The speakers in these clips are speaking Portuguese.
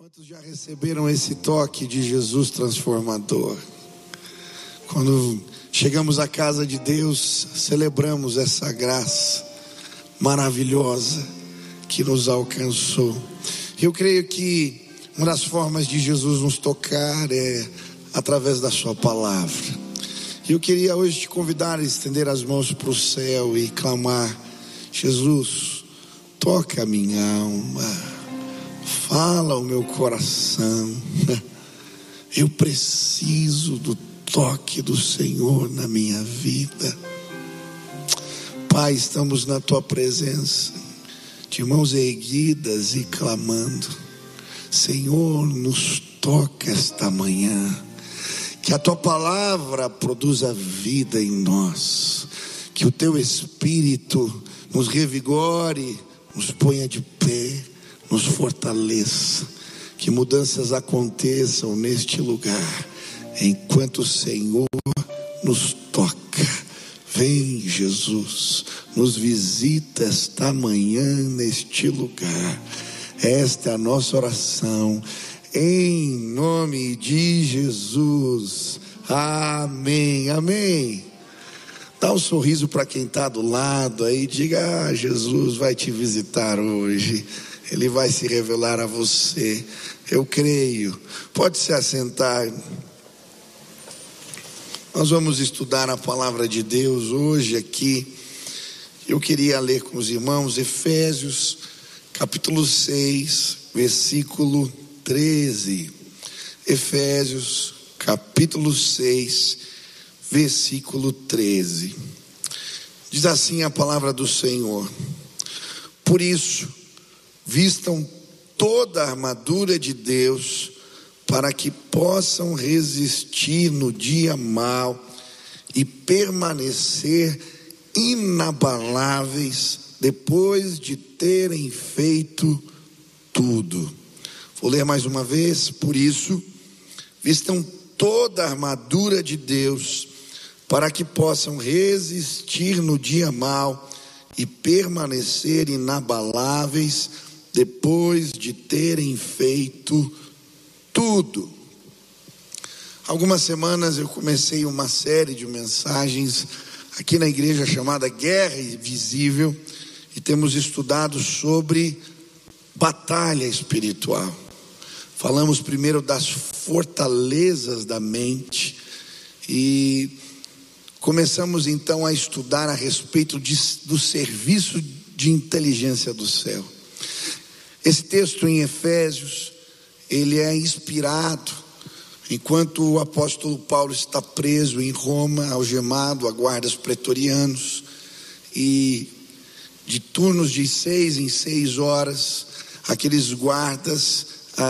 Quantos já receberam esse toque de Jesus transformador? Quando chegamos à casa de Deus, celebramos essa graça maravilhosa que nos alcançou. Eu creio que uma das formas de Jesus nos tocar é através da sua palavra. Eu queria hoje te convidar a estender as mãos para o céu e clamar: Jesus, toca a minha alma, fala o meu coração. Eu preciso do toque do Senhor na minha vida. Pai, estamos na tua presença, de mãos erguidas e clamando: Senhor, nos toca esta manhã. Que a tua palavra produza vida em nós, que o teu Espírito nos revigore, nos ponha de pé, nos fortaleça, que mudanças aconteçam neste lugar, enquanto o Senhor nos toca. Vem, Jesus, nos visita esta manhã neste lugar. Esta é a nossa oração, em nome de Jesus. Amém, amém. Dá um sorriso para quem está do lado aí, diga: Jesus vai te visitar hoje, Ele vai se revelar a você, eu creio. Pode se assentar. Nós vamos estudar a palavra de Deus hoje aqui. Eu queria ler com os irmãos Efésios capítulo 6, versículo 13. Efésios capítulo 6, versículo 13. Diz assim a palavra do Senhor: por isso, vistam toda a armadura de Deus, para que possam resistir no dia mau e permanecer inabaláveis depois de terem feito tudo. Vou ler mais uma vez. Por isso, vistam toda a armadura de Deus, para que possam resistir no dia mau e permanecer inabaláveis depois de terem feito tudo. Algumas semanas eu comecei uma série de mensagens aqui na igreja chamada Guerra Invisível, e temos estudado sobre batalha espiritual. Falamos primeiro das fortalezas da mente e começamos então a estudar a respeito do serviço de inteligência do céu. Esse texto em Efésios, ele é inspirado enquanto o apóstolo Paulo está preso em Roma, algemado a guardas pretorianos, e de turnos de 6 em 6 horas, aqueles guardas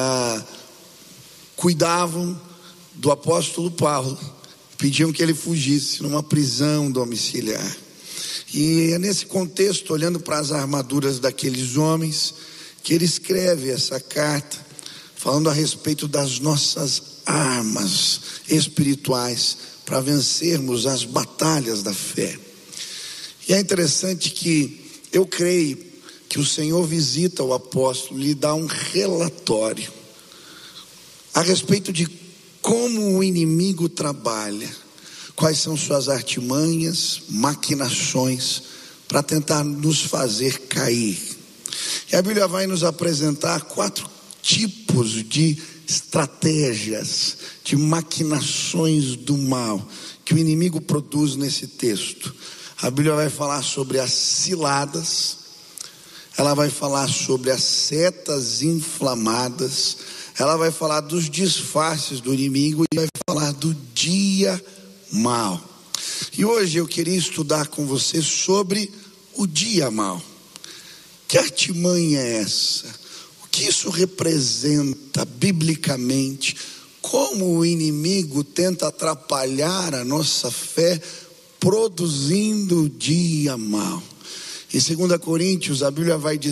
cuidavam do apóstolo Paulo, pediam que ele fugisse numa prisão domiciliar. E é nesse contexto, olhando para as armaduras daqueles homens, que ele escreve essa carta, falando a respeito das nossas armas espirituais para vencermos as batalhas da fé. E é interessante que eu creio que o Senhor visita o apóstolo e lhe dá um relatório a respeito de como o inimigo trabalha, quais são suas artimanhas, maquinações para tentar nos fazer cair. E a Bíblia vai nos apresentar 4 tipos de estratégias, de maquinações do mal que o inimigo produz nesse texto. A Bíblia vai falar sobre as ciladas, ela vai falar sobre as setas inflamadas, ela vai falar dos disfarces do inimigo e vai falar do dia mau. E hoje eu queria estudar com você sobre o dia mau. Que artimanha é essa? O que isso representa biblicamente? Como o inimigo tenta atrapalhar a nossa fé, produzindo o dia mau? Em 2 Coríntios, a Bíblia vai dizer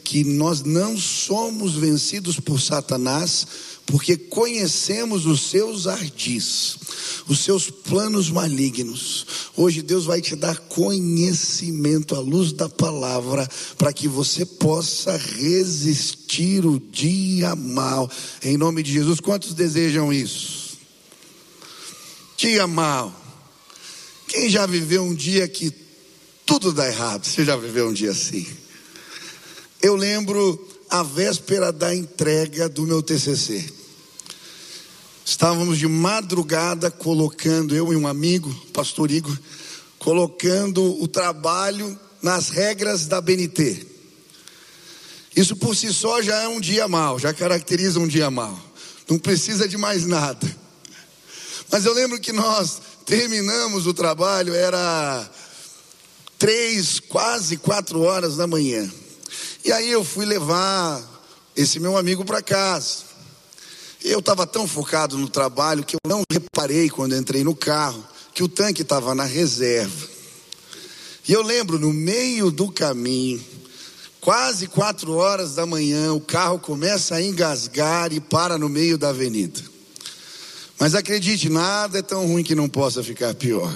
que nós não somos vencidos por Satanás, porque conhecemos os seus ardis, os seus planos malignos. Hoje Deus vai te dar conhecimento à luz da palavra, para que você possa resistir o dia mau, em nome de Jesus. Quantos desejam isso? Dia mau. Quem já viveu um dia que tudo dá errado? Você já viveu um dia assim? Eu lembro a véspera da entrega do meu TCC. Estávamos de madrugada colocando, eu e um amigo, pastor Igor, colocando o trabalho nas regras da BNT. Isso por si só já é um dia mau, já caracteriza um dia mau. Não precisa de mais nada. Mas eu lembro que nós terminamos o trabalho, era 3, quase 4 horas da manhã. E aí eu fui levar esse meu amigo para casa. Eu estava tão focado no trabalho que eu não reparei, quando entrei no carro, que o tanque estava na reserva. E eu lembro, no meio do caminho, quase 4 horas da manhã, o carro começa a engasgar e para no meio da avenida. Mas acredite, nada é tão ruim que não possa ficar pior.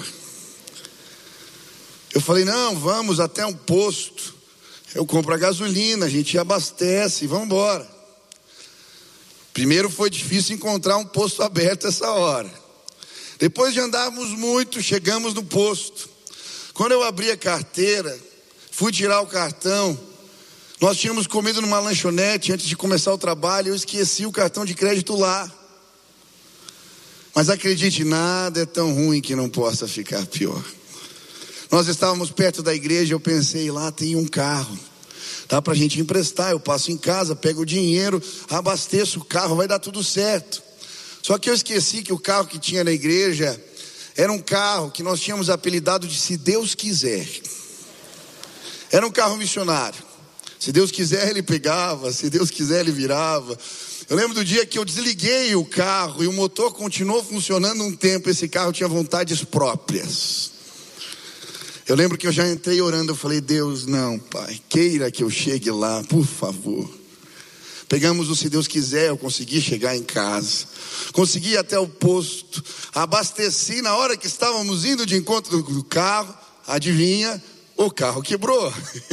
Eu falei, não, vamos até um posto. Eu compro a gasolina, a gente abastece e vamos embora. Primeiro foi difícil encontrar um posto aberto essa hora. Depois de andarmos muito, chegamos no posto. Quando eu abri a carteira, fui tirar o cartão. Nós tínhamos comido numa lanchonete antes de começar o trabalho. Eu esqueci o cartão de crédito lá. Mas acredite, nada é tão ruim que não possa ficar pior. Nós estávamos perto da igreja, eu pensei, lá tem um carro, dá pra gente emprestar, eu passo em casa, pego o dinheiro, abasteço o carro, vai dar tudo certo. Só que eu esqueci que o carro que tinha na igreja era um carro que nós tínhamos apelidado de Se Deus Quiser. Era um carro missionário. Se Deus quiser ele pegava, se Deus quiser ele virava. Eu lembro do dia que eu desliguei o carro e o motor continuou funcionando um tempo. Esse carro tinha vontades próprias. Eu lembro que eu já entrei orando, eu falei, Deus, não, Pai, queira que eu chegue lá, por favor. Pegamos o Se Deus Quiser, eu consegui chegar em casa, consegui ir até o posto, abasteci. Na hora que estávamos indo de encontro do carro, adivinha, o carro quebrou.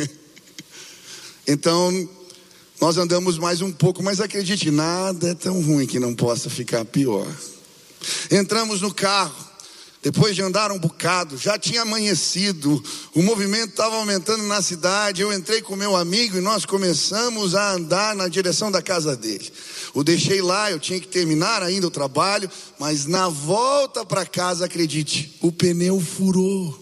Então, nós andamos mais um pouco, mas acredite, nada é tão ruim que não possa ficar pior. Entramos no carro. Depois de andar um bocado, já tinha amanhecido, o movimento estava aumentando na cidade. Eu entrei com meu amigo e nós começamos a andar na direção da casa dele. O deixei lá, eu tinha que terminar ainda o trabalho, mas na volta para casa, acredite, o pneu furou.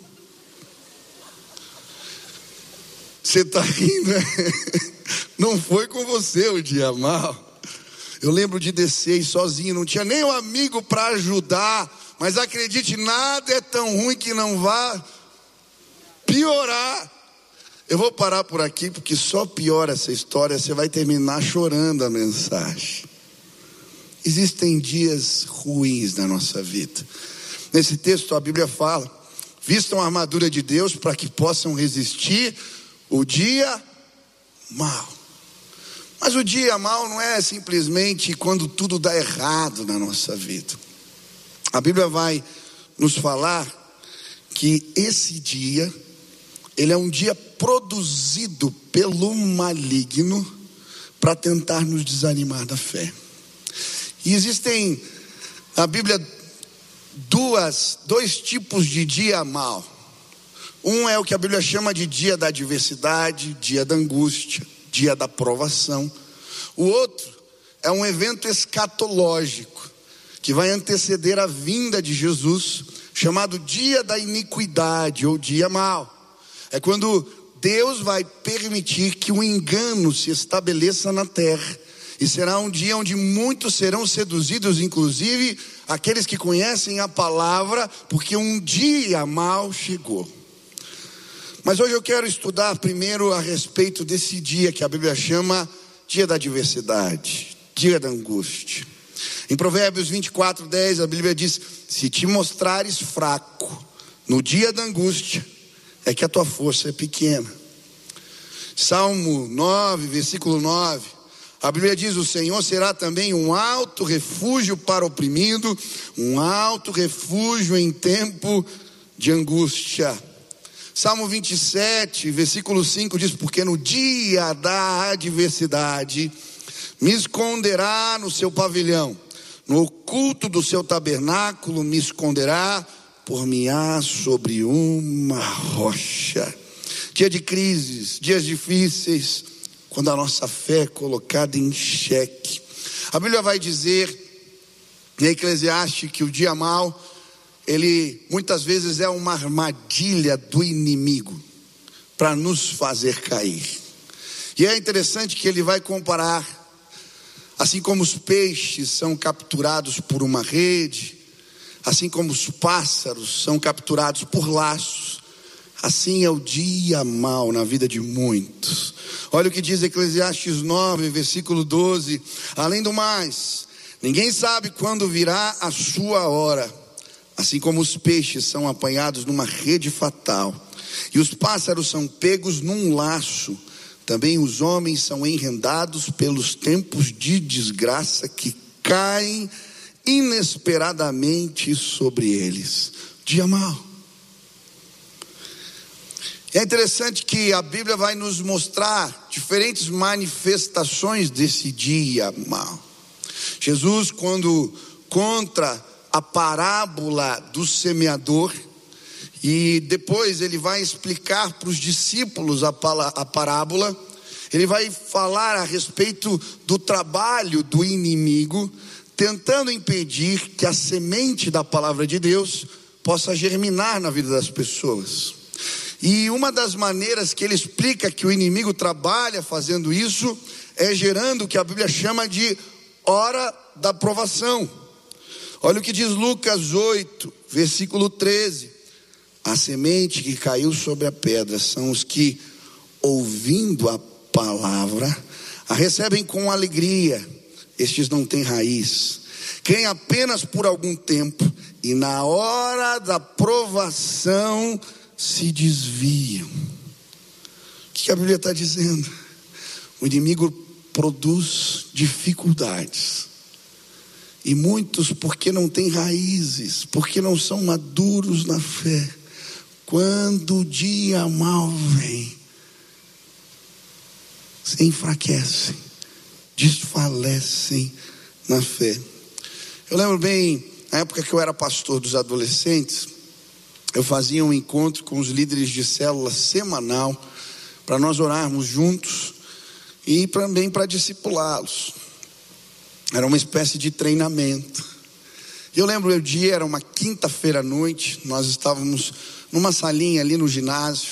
Você está rindo, né? Não foi com você o dia mau. Eu lembro de descer e sozinho, não tinha nem um amigo para ajudar. Mas acredite, nada é tão ruim que não vá piorar. Eu vou parar por aqui, porque só piora essa história. Você vai terminar chorando a mensagem. Existem dias ruins na nossa vida. Nesse texto a Bíblia fala, vistam a armadura de Deus para que possam resistir o dia mau. Mas o dia mau não é simplesmente quando tudo dá errado na nossa vida. A Bíblia vai nos falar que esse dia, ele é um dia produzido pelo maligno para tentar nos desanimar da fé. E existem na Bíblia dois tipos de dia mau. Um é o que a Bíblia chama de dia da adversidade, dia da angústia, dia da provação. O outro é um evento escatológico que vai anteceder a vinda de Jesus, chamado dia da iniquidade ou dia mau. É quando Deus vai permitir que o engano se estabeleça na terra, e será um dia onde muitos serão seduzidos, inclusive aqueles que conhecem a palavra, porque um dia mau chegou. Mas hoje eu quero estudar primeiro a respeito desse dia que a Bíblia chama dia da adversidade, dia da angústia. Em Provérbios 24:10 a Bíblia diz, se te mostrares fraco no dia da angústia, é que a tua força é pequena. Salmo 9, versículo 9. A Bíblia diz: o Senhor será também um alto refúgio para o oprimido, um alto refúgio em tempo de angústia. Salmo 27, versículo 5 diz: porque no dia da adversidade me esconderá no seu pavilhão, no oculto do seu tabernáculo me esconderá, por-me-á sobre uma rocha. Dia de crises, dias difíceis, quando a nossa fé é colocada em xeque. A Bíblia vai dizer em Eclesiastes que o dia mau, ele muitas vezes é uma armadilha do inimigo para nos fazer cair. E é interessante que ele vai comparar, assim como os peixes são capturados por uma rede, assim como os pássaros são capturados por laços, assim é o dia mau na vida de muitos. Olha o que diz Eclesiastes 9, versículo 12. Além do mais, ninguém sabe quando virá a sua hora. Assim como os peixes são apanhados numa rede fatal, e os pássaros são pegos num laço, também os homens são enredados pelos tempos de desgraça que caem inesperadamente sobre eles. Dia mau. É interessante que a Bíblia vai nos mostrar diferentes manifestações desse dia mau. Jesus, quando conta a parábola do semeador, e depois ele vai explicar para os discípulos a parábola, ele vai falar a respeito do trabalho do inimigo, tentando impedir que a semente da palavra de Deus possa germinar na vida das pessoas. E uma das maneiras que ele explica que o inimigo trabalha fazendo isso é gerando o que a Bíblia chama de hora da provação. Olha o que diz Lucas 8, versículo 13. A semente que caiu sobre a pedra são os que, ouvindo a palavra, a recebem com alegria. Estes não têm raiz, creem apenas por algum tempo, e na hora da provação se desviam. O que a Bíblia está dizendo? O inimigo produz dificuldades, e muitos, porque não têm raízes, porque não são maduros na fé, quando o dia mau vem, se enfraquecem, desfalecem na fé. Eu lembro bem, na época que eu era pastor dos adolescentes, eu fazia um encontro com os líderes de célula semanal, para nós orarmos juntos, e também para discipulá-los. Era uma espécie de treinamento. E eu lembro, o dia era uma quinta-feira à noite, nós estávamos numa salinha ali no ginásio,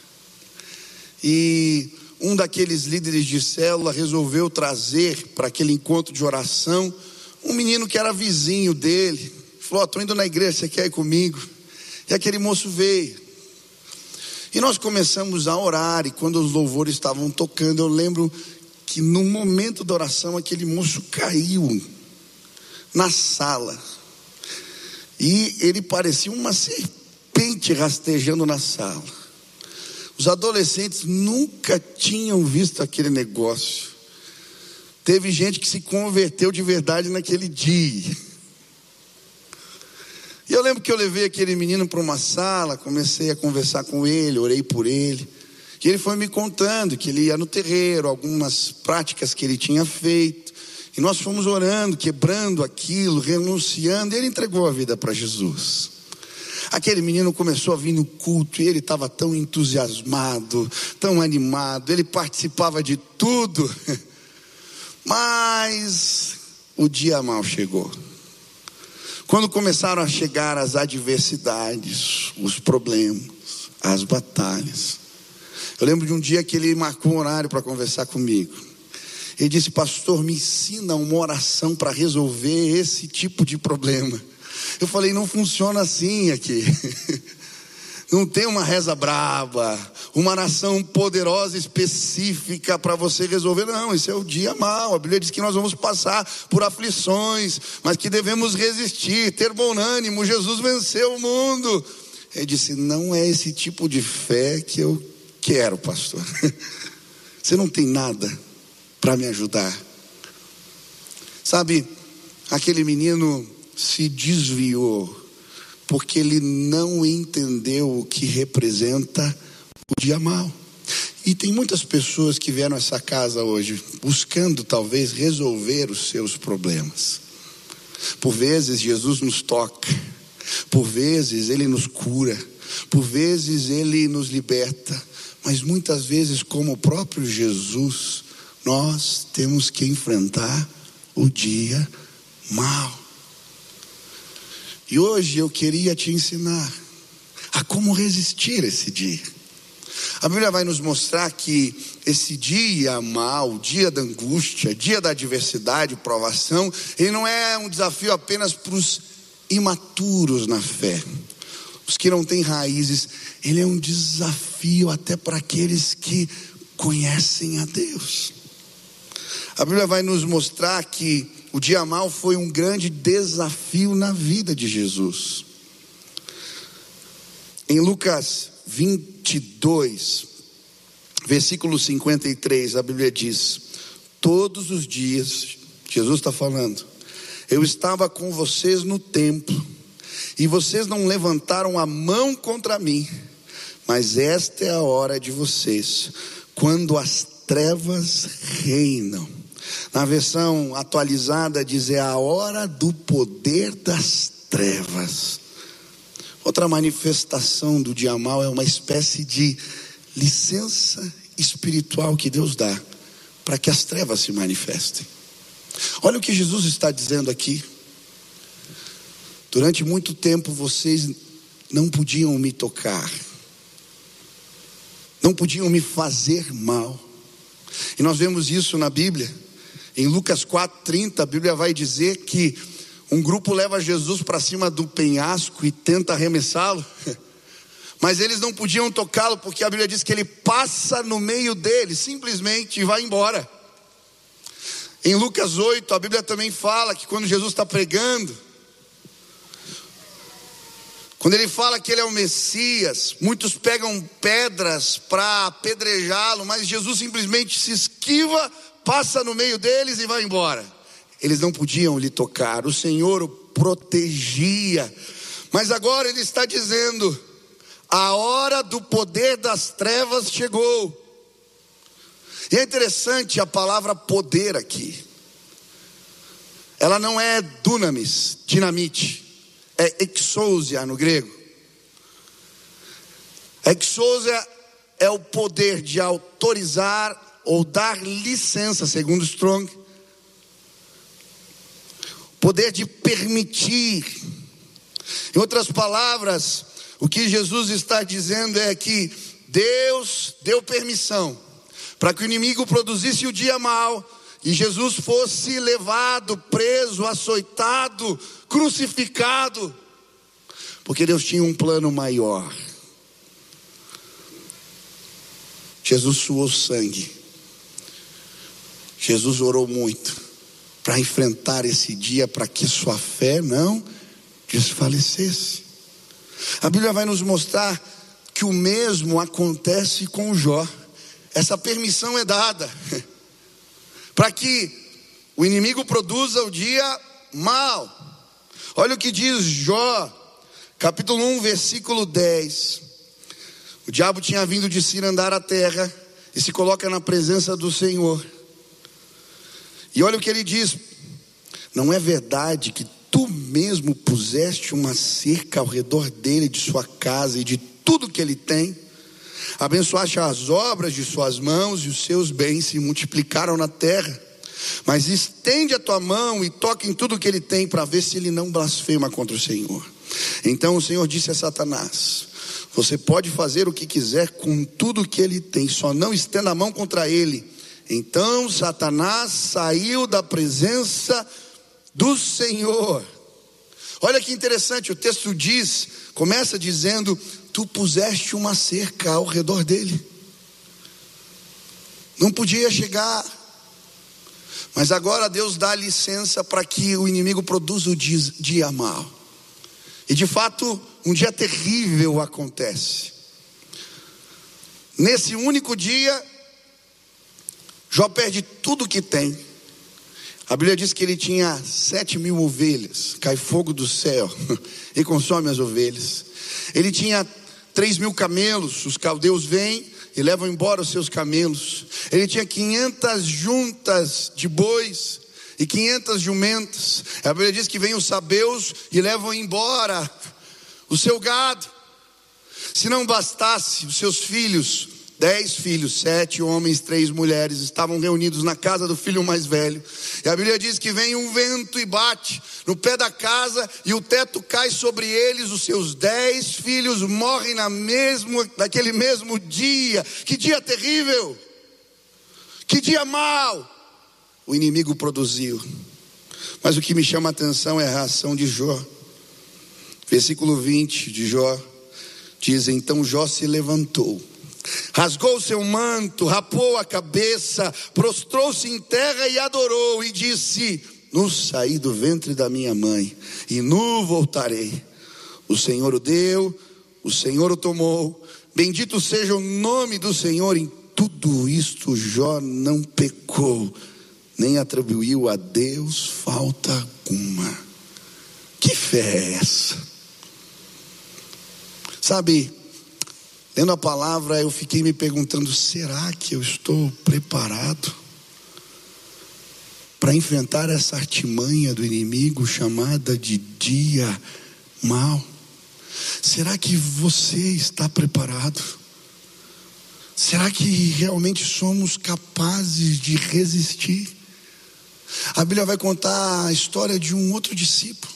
e um daqueles líderes de célula resolveu trazer para aquele encontro de oração um menino que era vizinho dele. Falou: estou indo na igreja, você quer ir comigo? E aquele moço veio, e nós começamos a orar. E quando os louvores estavam tocando, eu lembro que no momento da oração aquele moço caiu na sala, e ele parecia uma serpente rastejando na sala. Os adolescentes nunca tinham visto aquele negócio. Teve gente que se converteu de verdade naquele dia. E eu lembro que eu levei aquele menino para uma sala, comecei a conversar com ele, orei por ele. E ele foi me contando que ele ia no terreiro, algumas práticas que ele tinha feito. E nós fomos orando, quebrando aquilo, renunciando, e ele entregou a vida para Jesus. Aquele menino começou a vir no culto, e ele estava tão entusiasmado, tão animado, ele participava de tudo. Mas o dia mau chegou. Quando começaram a chegar as adversidades, os problemas, as batalhas. Eu lembro de um dia que ele marcou um horário para conversar comigo. Ele disse: pastor, me ensina uma oração para resolver esse tipo de problema. Eu falei: não funciona assim aqui. Não tem uma reza braba, uma oração poderosa específica para você resolver. Não, esse é o dia mau. A Bíblia diz que nós vamos passar por aflições, mas que devemos resistir, ter bom ânimo. Jesus venceu o mundo. Ele disse: não é esse tipo de fé que eu quero, pastor. você não tem nada para me ajudar. Sabe, aquele menino se desviou porque ele não entendeu o que representa o dia mau. E tem muitas pessoas que vieram a essa casa hoje buscando talvez resolver os seus problemas. Por vezes Jesus nos toca, por vezes Ele nos cura, por vezes Ele nos liberta, mas muitas vezes, como o próprio Jesus, nós temos que enfrentar o dia mau. E hoje eu queria te ensinar a como resistir esse dia. A Bíblia vai nos mostrar que esse dia mau, dia da angústia, dia da adversidade, provação, ele não é um desafio apenas para os imaturos na fé, os que não têm raízes. Ele é um desafio até para aqueles que conhecem a Deus. A Bíblia vai nos mostrar que o dia mau foi um grande desafio na vida de Jesus. Em Lucas 22, versículo 53, a Bíblia diz: todos os dias, Jesus está falando, eu estava com vocês no templo, e vocês não levantaram a mão contra mim, mas esta é a hora de vocês, quando as trevas reinam. Na versão atualizada diz: é a hora do poder das trevas. Outra manifestação do dia mau é uma espécie de licença espiritual que Deus dá para que as trevas se manifestem. Olha o que Jesus está dizendo aqui: durante muito tempo vocês não podiam me tocar, não podiam me fazer mal. E nós vemos isso na Bíblia. Em Lucas 4:30, a Bíblia vai dizer que um grupo leva Jesus para cima do penhasco e tenta arremessá-lo, mas eles não podiam tocá-lo, porque a Bíblia diz que ele passa no meio deles, simplesmente, e vai embora. Em Lucas 8, a Bíblia também fala que quando Jesus está pregando, quando ele fala que ele é o Messias, muitos pegam pedras para apedrejá-lo, mas Jesus simplesmente se esquiva, passa no meio deles e vai embora. Eles não podiam lhe tocar, o Senhor o protegia. Mas agora ele está dizendo: a hora do poder das trevas chegou. E é interessante a palavra poder aqui. Ela não é dunamis, dinamite, é exousia no grego. Exousia é o poder de autorizar ou dar licença, segundo Strong. Poder de permitir. Em outras palavras, o que Jesus está dizendo é que Deus deu permissão para que o inimigo produzisse o dia mau e Jesus fosse levado, preso, açoitado, crucificado, porque Deus tinha um plano maior. Jesus suou sangue, Jesus orou muito para enfrentar esse dia, para que sua fé não desfalecesse. A Bíblia vai nos mostrar que o mesmo acontece com Jó. Essa permissão é dada para que o inimigo produza o dia mau. Olha o que diz Jó, capítulo 1, versículo 10. O diabo tinha vindo de cirandar a terra e se coloca na presença do Senhor. E olha o que ele diz: não é verdade que tu mesmo puseste uma cerca ao redor dele, de sua casa e de tudo que ele tem? Abençoaste as obras de suas mãos e os seus bens se multiplicaram na terra. Mas estende a tua mão e toca em tudo que ele tem, para ver se ele não blasfema contra o Senhor. Então o Senhor disse a Satanás: você pode fazer o que quiser com tudo que ele tem, só não estenda a mão contra ele. Então Satanás saiu da presença do Senhor. Olha que interessante, o texto começa dizendo: tu puseste uma cerca ao redor dele, não podia chegar. Mas agora Deus dá licença para que o inimigo produza o dia mau. E de fato, um dia terrível acontece. Nesse único dia, Jó perde tudo que tem. A Bíblia diz que ele tinha 7.000 ovelhas, cai fogo do céu e consome as ovelhas. Ele tinha 3.000 camelos, os caldeus vêm e levam embora os seus camelos. Ele tinha 500 juntas de bois e 500 jumentas. A Bíblia diz que vêm os sabeus e levam embora o seu gado. Se não bastasse, os seus filhos, 10 filhos, 7 homens, 3 mulheres, estavam reunidos na casa do filho mais velho. E a Bíblia diz que vem um vento e bate no pé da casa, e o teto cai sobre eles. Os seus 10 filhos morrem naquele mesmo dia. Que dia terrível! Que dia mau o inimigo produziu. Mas o que me chama a atenção é a reação de Jó. Versículo 20 de Jó diz: então Jó se levantou, rasgou seu manto, rapou a cabeça, prostrou-se em terra e adorou, e disse: nu saí do ventre da minha mãe, e nu voltarei. O Senhor o deu, o Senhor o tomou, bendito seja o nome do Senhor. Em tudo isto Jó não pecou, nem atribuiu a Deus falta alguma. Que fé é essa? Sabe, lendo a palavra, eu fiquei me perguntando: será que eu estou preparado para enfrentar essa artimanha do inimigo chamada de dia mau? Será que você está preparado? Será que realmente somos capazes de resistir? A Bíblia vai contar a história de um outro discípulo,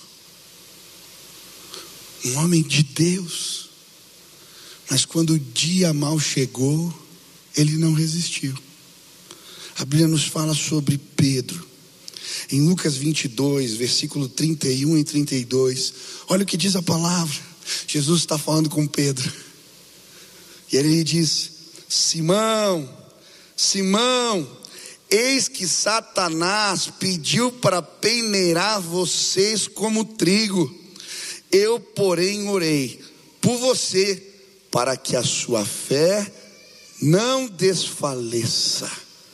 um homem de Deus. Mas quando o dia mau chegou, ele não resistiu. A Bíblia nos fala sobre Pedro. Em Lucas 22, versículo 31 e 32. Olha o que diz a palavra. Jesus está falando com Pedro. E ele lhe diz: Simão, Simão, eis que Satanás pediu para peneirar vocês como trigo. Eu, porém, orei por você, para que a sua fé não desfaleça.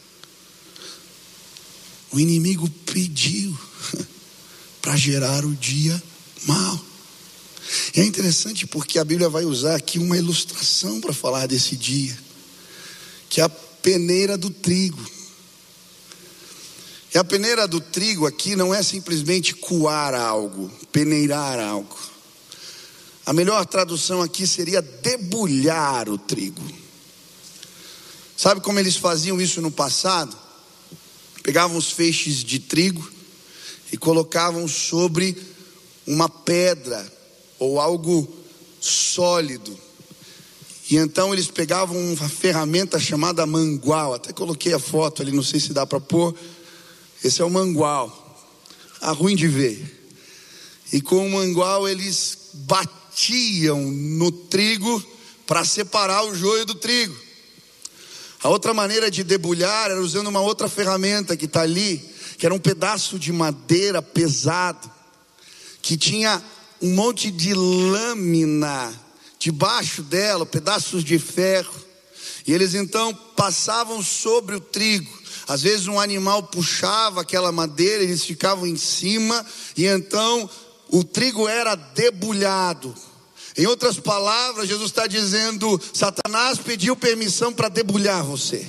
O inimigo pediu para gerar o dia mau. E é interessante porque a Bíblia vai usar aqui uma ilustração para falar desse dia, que é a peneira do trigo. E a peneira do trigo aqui não é simplesmente coar algo, peneirar algo. A melhor tradução aqui seria debulhar o trigo. Sabe como eles faziam isso no passado? Pegavam os feixes de trigo e colocavam sobre uma pedra ou algo sólido. E então eles pegavam uma ferramenta chamada mangual. Até coloquei a foto ali, não sei se dá para pôr. Esse é o mangual. Ruim de ver. E com o mangual eles batiam no trigo para separar o joio do trigo. A outra maneira de debulhar era usando uma outra ferramenta que está ali, que era um pedaço de madeira pesado, que tinha um monte de lâmina debaixo dela, pedaços de ferro. E eles então passavam sobre o trigo. Às vezes um animal puxava aquela madeira, eles ficavam em cima, e então o trigo era debulhado. Em outras palavras, Jesus está dizendo: Satanás pediu permissão para debulhar você.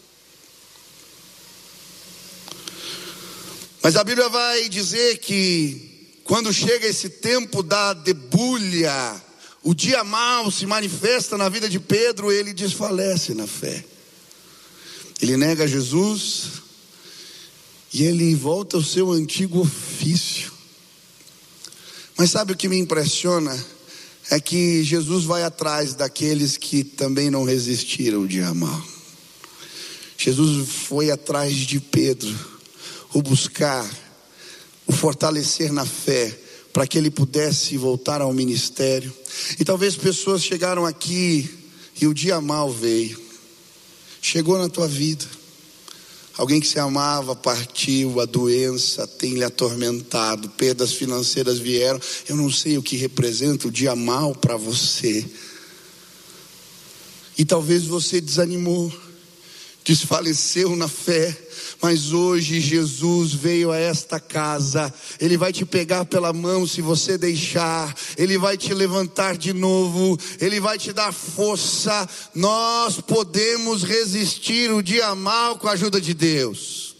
Mas a Bíblia vai dizer que quando chega esse tempo da debulha, o dia mau se manifesta na vida de Pedro, ele desfalece na fé. Ele nega Jesus e ele volta ao seu antigo ofício. Mas sabe o que me impressiona? É que Jesus vai atrás daqueles que também não resistiram ao dia mau. Jesus foi atrás de Pedro, o buscar, o fortalecer na fé, para que ele pudesse voltar ao ministério. E talvez pessoas chegaram aqui e o dia mau veio. Chegou na tua vida. Alguém que se amava partiu, a doença tem lhe atormentado, perdas financeiras vieram. Eu não sei o que representa o dia mau para você. E talvez você desanimou. desfaleceu na fé, mas hoje Jesus veio a esta casa. Ele vai te pegar pela mão se você deixar, Ele vai te levantar de novo, Ele vai te dar força. Nós podemos resistir o dia mau com a ajuda de Deus.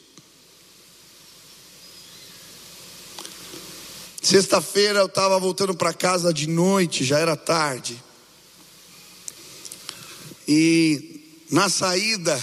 Sexta-feira eu estava voltando para casa de noite, já era tarde, e na saída,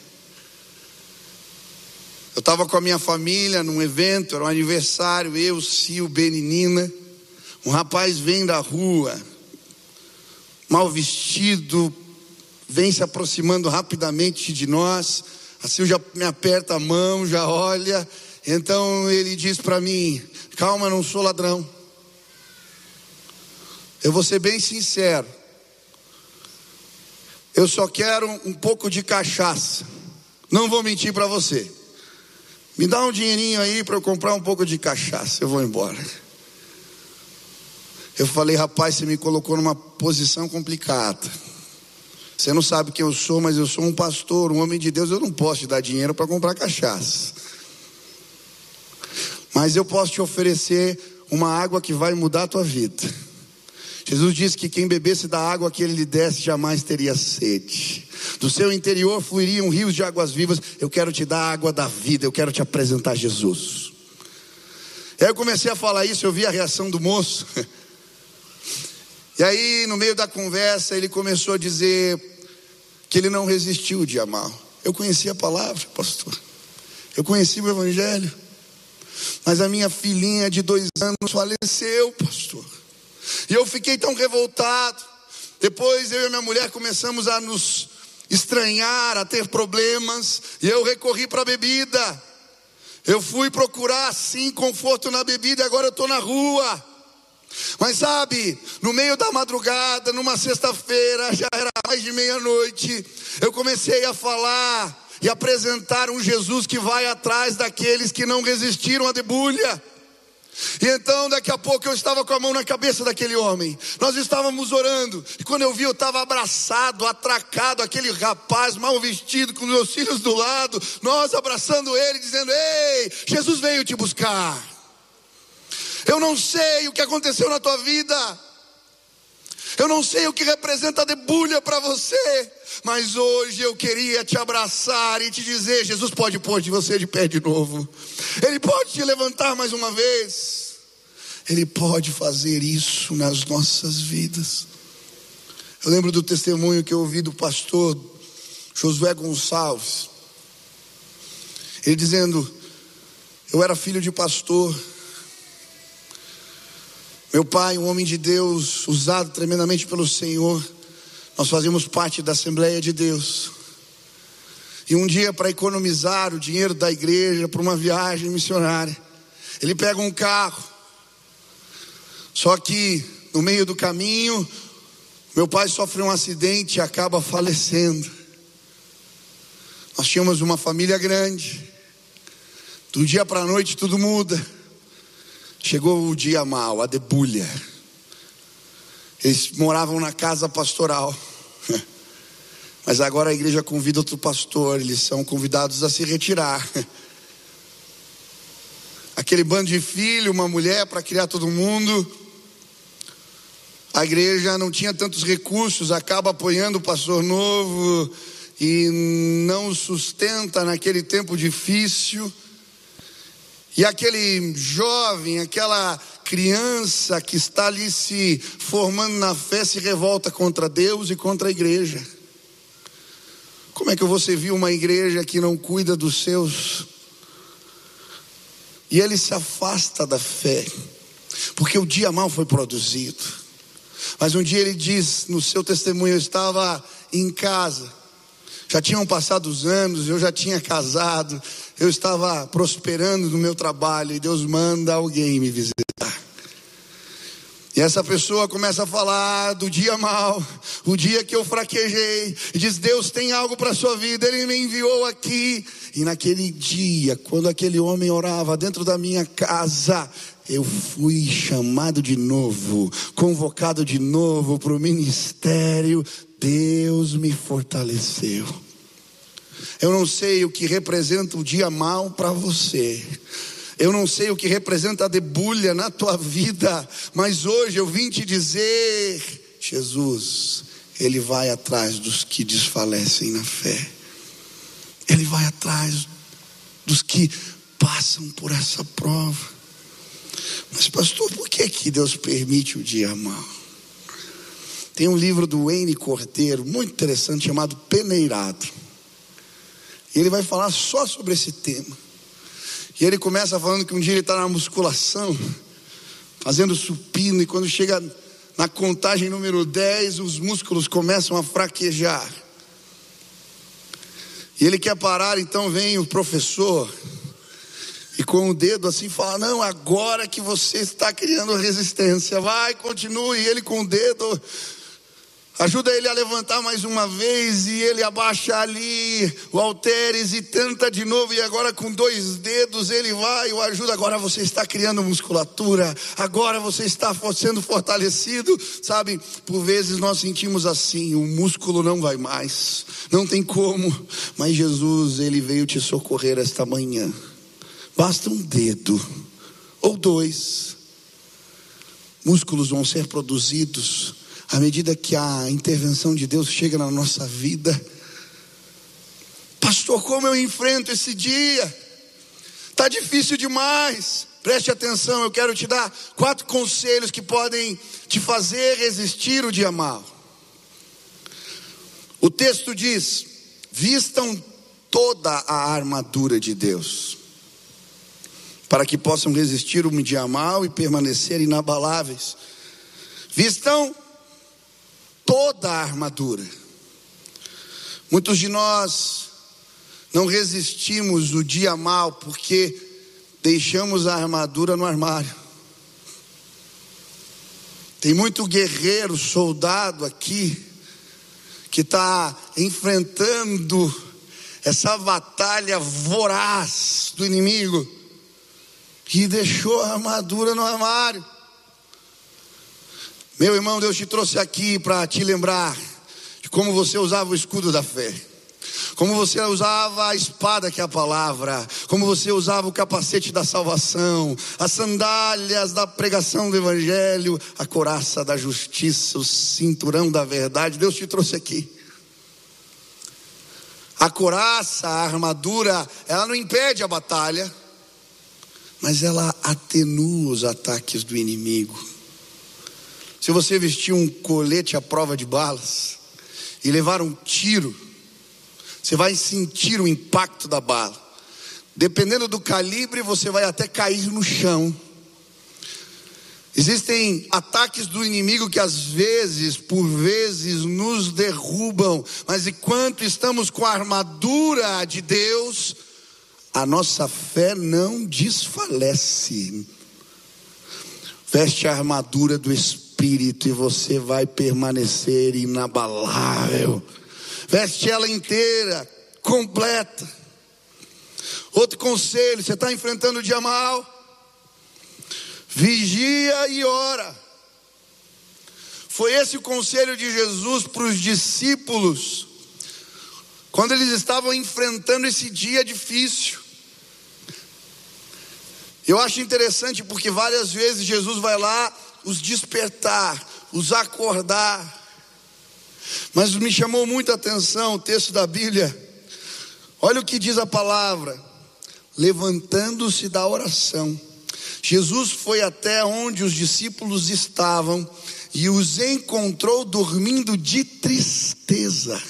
eu estava com a minha família num evento, era um aniversário, eu, Cio, Beninina. Um rapaz vem da rua, mal vestido, vem se aproximando rapidamente de nós. A Cio já me aperta a mão, já olha. Então ele diz para mim: calma, não sou ladrão. Eu vou ser bem sincero, eu só quero um pouco de cachaça. Não vou mentir para você. Me dá um dinheirinho aí para eu comprar um pouco de cachaça, eu vou embora. Eu falei: rapaz, você me colocou numa posição complicada. Você não sabe quem eu sou, mas eu sou um pastor, um homem de Deus. Eu não posso te dar dinheiro para comprar cachaça, mas eu posso te oferecer uma água que vai mudar a tua vida. Jesus disse que quem bebesse da água que Ele lhe desse jamais teria sede. Do seu interior fluiriam rios de águas vivas. Eu quero te dar a água da vida, eu quero te apresentar Jesus. E aí eu comecei a falar isso, eu vi a reação do moço. E aí no meio da conversa ele começou a dizer que ele não resistiu o dia mau. Eu conheci a palavra, pastor, eu conheci o evangelho, mas a minha filhinha de 2 anos faleceu, pastor. E eu fiquei tão revoltado. Depois eu e minha mulher começamos a nos estranhar, a ter problemas, e eu recorri para a bebida. Eu fui procurar sim conforto na bebida, e agora eu estou na rua. Mas sabe, no meio da madrugada, numa sexta-feira, já era mais de meia-noite, eu comecei a falar e apresentar um Jesus que vai atrás daqueles que não resistiram à debulha. E então daqui a pouco eu estava com a mão na cabeça daquele homem. Nós estávamos orando, e quando eu vi, eu estava abraçado, atracado, aquele rapaz mal vestido, com meus filhos do lado, nós abraçando ele, dizendo: ei, Jesus veio te buscar. Eu não sei o que aconteceu na tua vida, eu não sei o que representa a debulha para você, mas hoje eu queria te abraçar e te dizer: Jesus pode pôr de você de pé de novo. Ele pode te levantar mais uma vez. Ele pode fazer isso nas nossas vidas. Eu lembro do testemunho que eu ouvi do pastor Josué Gonçalves. Ele dizendo: eu era filho de pastor. Meu pai, um homem de Deus, usado tremendamente pelo Senhor. Nós fazíamos parte da Assembleia de Deus. E um dia, para economizar o dinheiro da igreja para uma viagem missionária, ele pega um carro. Só que no meio do caminho, meu pai sofre um acidente e acaba falecendo. Nós tínhamos uma família grande. Do dia para a noite tudo muda. Chegou o dia mau, a debulha. Eles moravam na casa pastoral, mas agora a igreja convida outro pastor. Eles são convidados a se retirar. Aquele bando de filho, uma mulher para criar todo mundo. A igreja não tinha tantos recursos, acaba apoiando o pastor novo e não sustenta naquele tempo difícil. E aquele jovem, aquela criança que está ali se formando na fé, se revolta contra Deus e contra a igreja. Como é que você viu uma igreja que não cuida dos seus? E ele se afasta da fé, porque o dia mau foi produzido. Mas um dia ele diz no seu testemunho: eu estava em casa, já tinham passado os anos, eu já tinha casado, eu estava prosperando no meu trabalho, e Deus manda alguém me visitar. E essa pessoa começa a falar do dia mau, o dia que eu fraquejei, e diz: Deus tem algo para a sua vida, Ele me enviou aqui. E naquele dia, quando aquele homem orava dentro da minha casa, eu fui chamado de novo, convocado de novo para o ministério. Deus me fortaleceu. Eu não sei o que representa o dia mau para você. Eu não sei o que representa a debulha na tua vida. Mas hoje eu vim te dizer: Jesus, Ele vai atrás dos que desfalecem na fé. Ele vai atrás dos que passam por essa prova. Mas pastor, por que Deus permite o dia mau? Tem um livro do Wayne Cordeiro, muito interessante, chamado Peneirado. E ele vai falar só sobre esse tema. E ele começa falando que um dia ele está na musculação, fazendo supino, e quando chega na contagem número 10, os músculos começam a fraquejar. E ele quer parar, então vem o professor, e com o dedo assim fala: não, agora que você está criando resistência, vai, continue. E ele com o dedo ajuda ele a levantar mais uma vez, e ele abaixa ali o halteres e tenta de novo, e agora com 2 dedos ele vai e o ajuda. Agora você está criando musculatura, agora você está sendo fortalecido. Sabe, por vezes nós sentimos assim: o músculo não vai mais, não tem como. Mas Jesus, Ele veio te socorrer esta manhã. Basta um dedo ou 2, músculos vão ser produzidos à medida que a intervenção de Deus chega na nossa vida. Pastor, como eu enfrento esse dia? Está difícil demais. Preste atenção, eu quero te dar 4 conselhos que podem te fazer resistir o dia mau. O texto diz: vistam toda a armadura de Deus, para que possam resistir o dia mau e permanecer inabaláveis. Vistam toda a armadura. Muitos de nós não resistimos o dia mau porque deixamos a armadura no armário. Tem muito guerreiro, soldado aqui, que está enfrentando essa batalha voraz do inimigo, que deixou a armadura no armário. Meu irmão, Deus te trouxe aqui para te lembrar de como você usava o escudo da fé, como você usava a espada, que é a palavra, como você usava o capacete da salvação, as sandálias da pregação do evangelho, a couraça da justiça, o cinturão da verdade. Deus te trouxe aqui. A couraça, a armadura, ela não impede a batalha, mas ela atenua os ataques do inimigo. Se você vestir um colete à prova de balas e levar um tiro, você vai sentir o impacto da bala. Dependendo do calibre, você vai até cair no chão. Existem ataques do inimigo que às vezes, por vezes, nos derrubam. Mas enquanto estamos com a armadura de Deus, a nossa fé não desfalece. Veste a armadura do Espírito e você vai permanecer inabalável. Veste ela inteira, completa. Outro conselho: você está enfrentando o dia mau? Vigia e ora. Foi esse o conselho de Jesus para os discípulos, quando eles estavam enfrentando esse dia difícil. Eu acho interessante porque várias vezes Jesus vai lá os despertar, os acordar. Mas me chamou muita atenção o texto da Bíblia. Olha o que diz a palavra: levantando-se da oração, Jesus foi até onde os discípulos estavam e os encontrou dormindo de tristeza.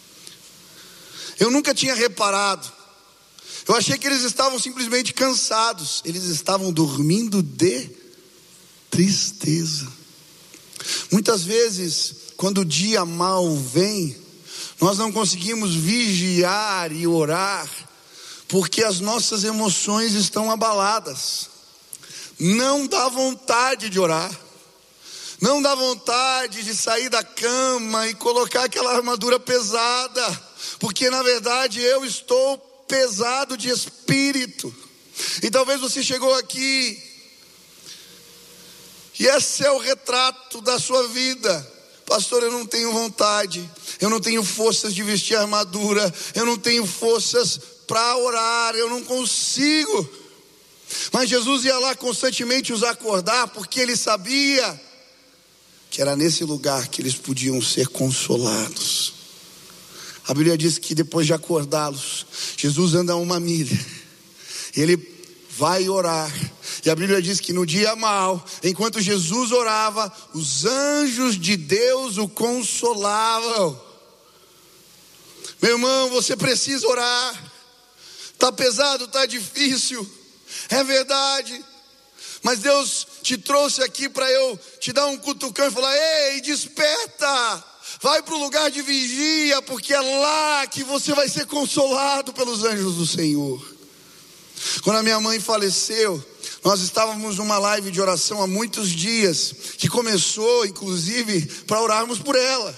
Eu nunca tinha reparado. Eu achei que eles estavam simplesmente cansados. Eles estavam dormindo de tristeza. Muitas vezes, quando o dia mau vem, nós não conseguimos vigiar e orar, porque as nossas emoções estão abaladas. Não dá vontade de orar, não dá vontade de sair da cama e colocar aquela armadura pesada, porque na verdade eu estou pesado de espírito. E talvez você chegou aqui e esse é o retrato da sua vida. pastor, eu não tenho vontade, eu não tenho forças de vestir armadura, eu não tenho forças para orar, eu não consigo. Mas Jesus ia lá constantemente os acordar, porque ele sabia que era nesse lugar que eles podiam ser consolados. A Bíblia diz que depois de acordá-los, Jesus anda 1 milha, ele vai orar. E a Bíblia diz que no dia mau, enquanto Jesus orava, os anjos de Deus o consolavam. Meu irmão, você precisa orar. Está pesado, está difícil, é verdade. Mas Deus te trouxe aqui para eu te dar um cutucão e falar: ei, desperta, vai para o lugar de vigia, porque é lá que você vai ser consolado pelos anjos do Senhor. Quando a minha mãe faleceu, nós estávamos numa live de oração há muitos dias, que começou inclusive para orarmos por ela.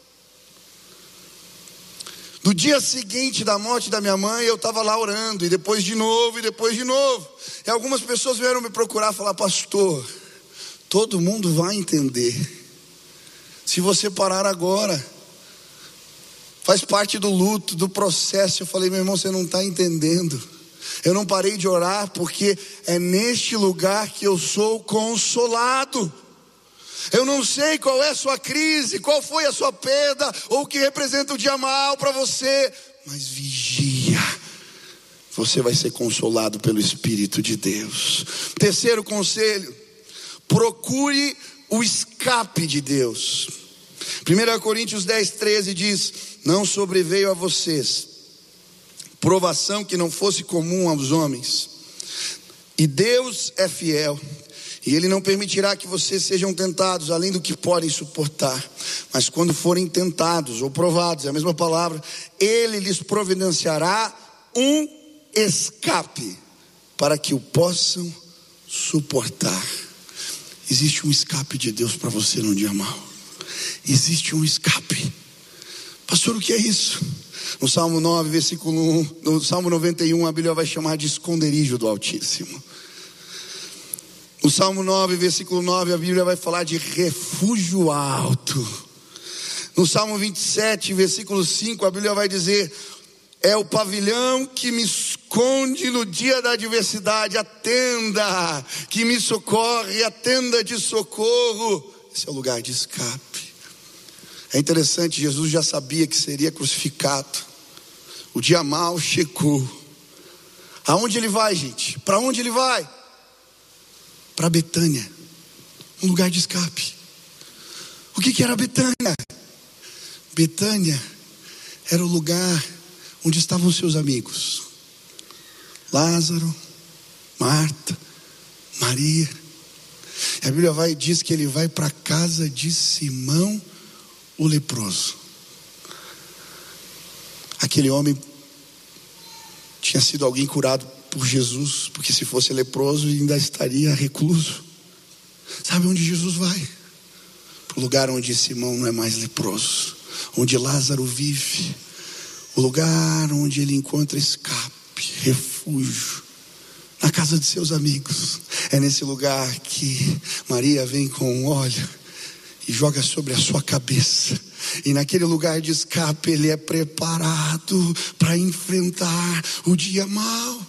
No dia seguinte da morte da minha mãe, eu estava lá orando, e depois de novo, e algumas pessoas vieram me procurar e falar: pastor, todo mundo vai entender, se você parar agora, faz parte do luto, do processo. Eu falei: meu irmão, você não está entendendo, eu não parei de orar, porque é neste lugar que eu sou consolado. Eu não sei qual é a sua crise, qual foi a sua perda, ou o que representa o dia mau para você, mas vigia, você vai ser consolado pelo Espírito de Deus. Terceiro conselho: procure o escape de Deus. 1 Coríntios 10:13 diz: não sobreveio a vocês provação que não fosse comum aos homens, e Deus é fiel, e Ele não permitirá que vocês sejam tentados além do que podem suportar, mas quando forem tentados ou provados, é a mesma palavra, Ele lhes providenciará um escape para que o possam suportar. Existe um escape de Deus para você no dia mau. Existe um escape. Pastor, o que é isso? No Salmo 9, versículo 1, no Salmo 91, a Bíblia vai chamar de esconderijo do Altíssimo. No Salmo 9, versículo 9, a Bíblia vai falar de refúgio alto. No Salmo 27, versículo 5, a Bíblia vai dizer: é o pavilhão que me esconde no dia da adversidade, a tenda que me socorre, a tenda de socorro. Esse é o lugar de escape. É interessante, Jesus já sabia que seria crucificado. O dia mau chegou. Aonde ele vai, gente? Para onde ele vai? Para Betânia, um lugar de escape. O que era Betânia? Betânia era o lugar onde estavam seus amigos: Lázaro, Marta, Maria. E a Bíblia diz que ele vai para a casa de Simão, o leproso. Aquele homem tinha sido alguém curado por Jesus, porque se fosse leproso ainda estaria recluso. Sabe onde Jesus vai? Para o lugar onde Simão não é mais leproso, onde Lázaro vive, o lugar onde ele encontra escape, refúgio, na casa de seus amigos. É nesse lugar que Maria vem com um óleo e joga sobre a sua cabeça, e naquele lugar de escape ele é preparado para enfrentar o dia mau.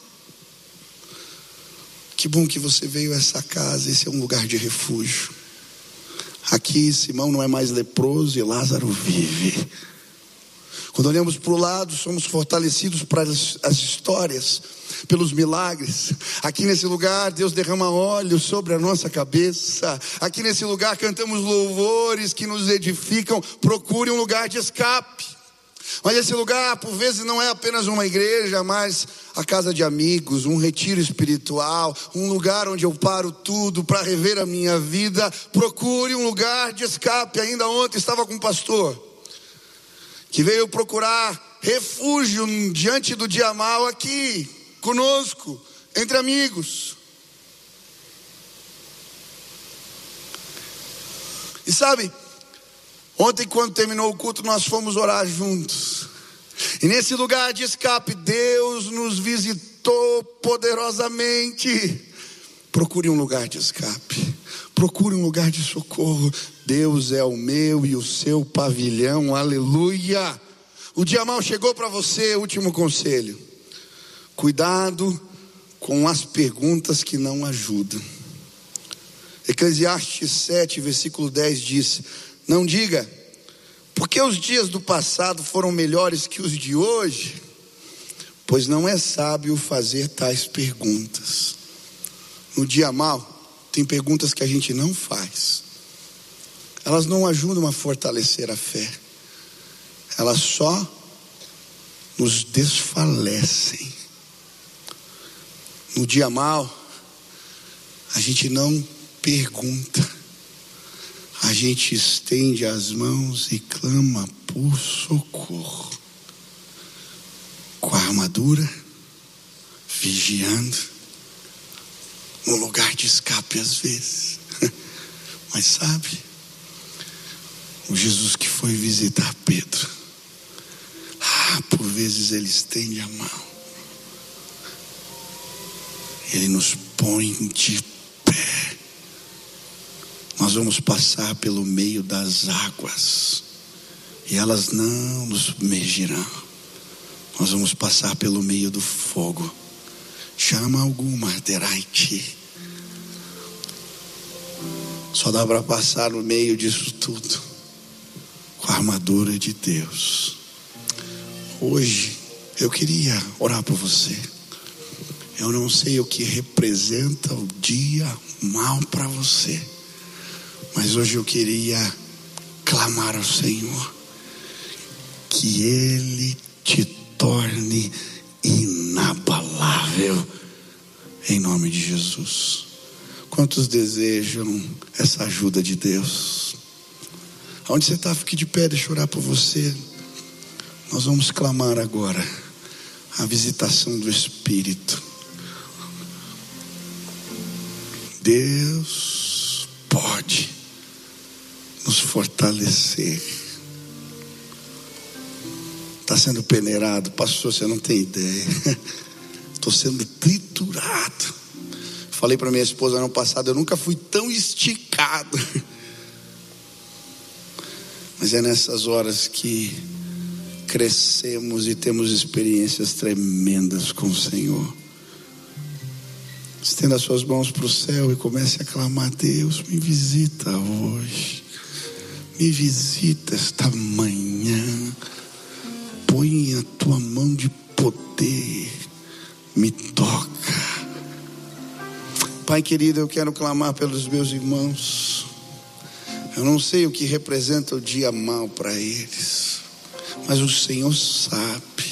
Que bom que você veio a essa casa. Esse é um lugar de refúgio. Aqui Simão não é mais leproso e Lázaro vive. Quando olhamos para o lado, somos fortalecidos para as histórias, pelos milagres. Aqui nesse lugar Deus derrama óleo sobre a nossa cabeça. Aqui nesse lugar cantamos louvores que nos edificam. Procure um lugar de escape. Mas esse lugar por vezes não é apenas uma igreja, mas a casa de amigos, um retiro espiritual, um lugar onde eu paro tudo para rever a minha vida. Procure um lugar de escape. Ainda ontem estava com um pastor que veio procurar refúgio diante do dia mau aqui conosco, entre amigos. E sabe, ontem quando terminou o culto nós fomos orar juntos, e nesse lugar de escape Deus nos visitou poderosamente. Procure um lugar de escape. Procure um lugar de socorro. Deus é o meu e o seu pavilhão, aleluia. O dia mau chegou para você, último conselho: cuidado com as perguntas que não ajudam. Eclesiastes 7, versículo 10 diz: não diga, porque os dias do passado foram melhores que os de hoje, pois não é sábio fazer tais perguntas. No dia mau, tem perguntas que a gente não faz. Elas não ajudam a fortalecer a fé. Elas só nos desfalecem. No dia mau, a gente não pergunta. A gente estende as mãos e clama por socorro. Com a armadura, vigiando, no lugar de escape às vezes. Mas sabe, o Jesus que foi visitar Pedro, por vezes ele estende a mão, ele nos põe de pé. Nós vamos passar pelo meio das águas e elas não nos submergirão. Nós vamos passar pelo meio do fogo. Chama alguma, arderá-te. Só dá para passar no meio disso tudo com a armadura de Deus. Hoje eu queria orar por você. Eu não sei o que representa o dia mau para você, mas hoje eu queria clamar ao Senhor que Ele te torne inabalável, em nome de Jesus. Quantos desejam essa ajuda de Deus? Onde você está, fique de pé, deixa eu orar por você. Nós vamos clamar agora a visitação do Espírito. Deus pode nos fortalecer. Está sendo peneirado, pastor, você não tem ideia. Estou sendo triturado. Falei para minha esposa no ano passado, eu nunca fui tão esticado. Mas é nessas horas que crescemos e temos experiências tremendas com o Senhor. Estenda suas mãos para o céu e comece a clamar: Deus, me visita hoje. Me visita esta manhã. Põe a tua mão de poder, me toca. Pai querido, eu quero clamar pelos meus irmãos. Eu não sei o que representa o dia mau para eles, mas o Senhor sabe.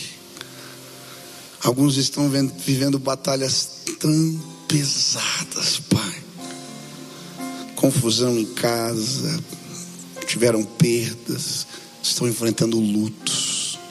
Alguns estão vivendo batalhas tão pesadas, Pai. Confusão em casa, tiveram perdas, estão enfrentando lutos.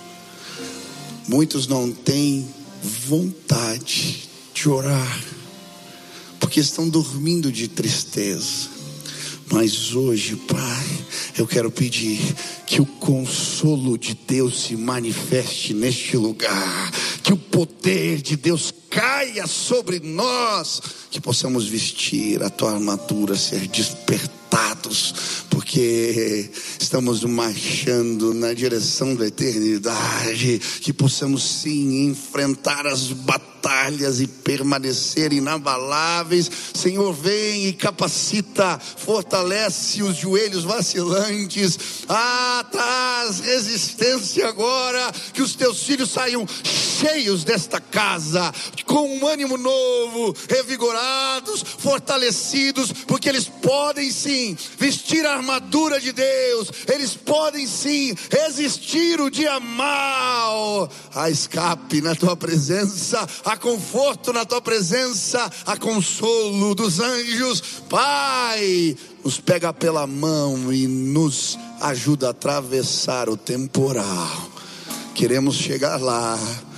Muitos não têm vontade de orar, porque estão dormindo de tristeza. Mas hoje, Pai, eu quero pedir que o consolo de Deus se manifeste neste lugar, que o poder de Deus caia sobre nós, que possamos vestir a tua armadura, ser despertados, porque estamos marchando na direção da eternidade, que possamos sim enfrentar as batalhas e permanecer inabaláveis. Senhor, vem e capacita, fortalece os joelhos vacilantes, traz resistência agora, que os teus filhos saiam cheios desta casa, com um ânimo novo, revigorados, fortalecidos, porque eles podem sim vestir a armadura de Deus, eles podem sim resistir o dia mau. Há escape na tua presença, há conforto na tua presença, há consolo dos anjos. Pai, nos pega pela mão e nos ajuda a atravessar o temporal. Queremos chegar lá.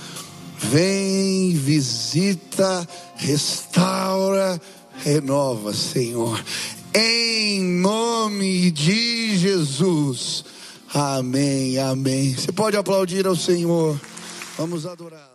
Vem, visita, restaura, renova, Senhor, em nome de Jesus. Amém, amém. Você pode aplaudir ao Senhor. Vamos adorar.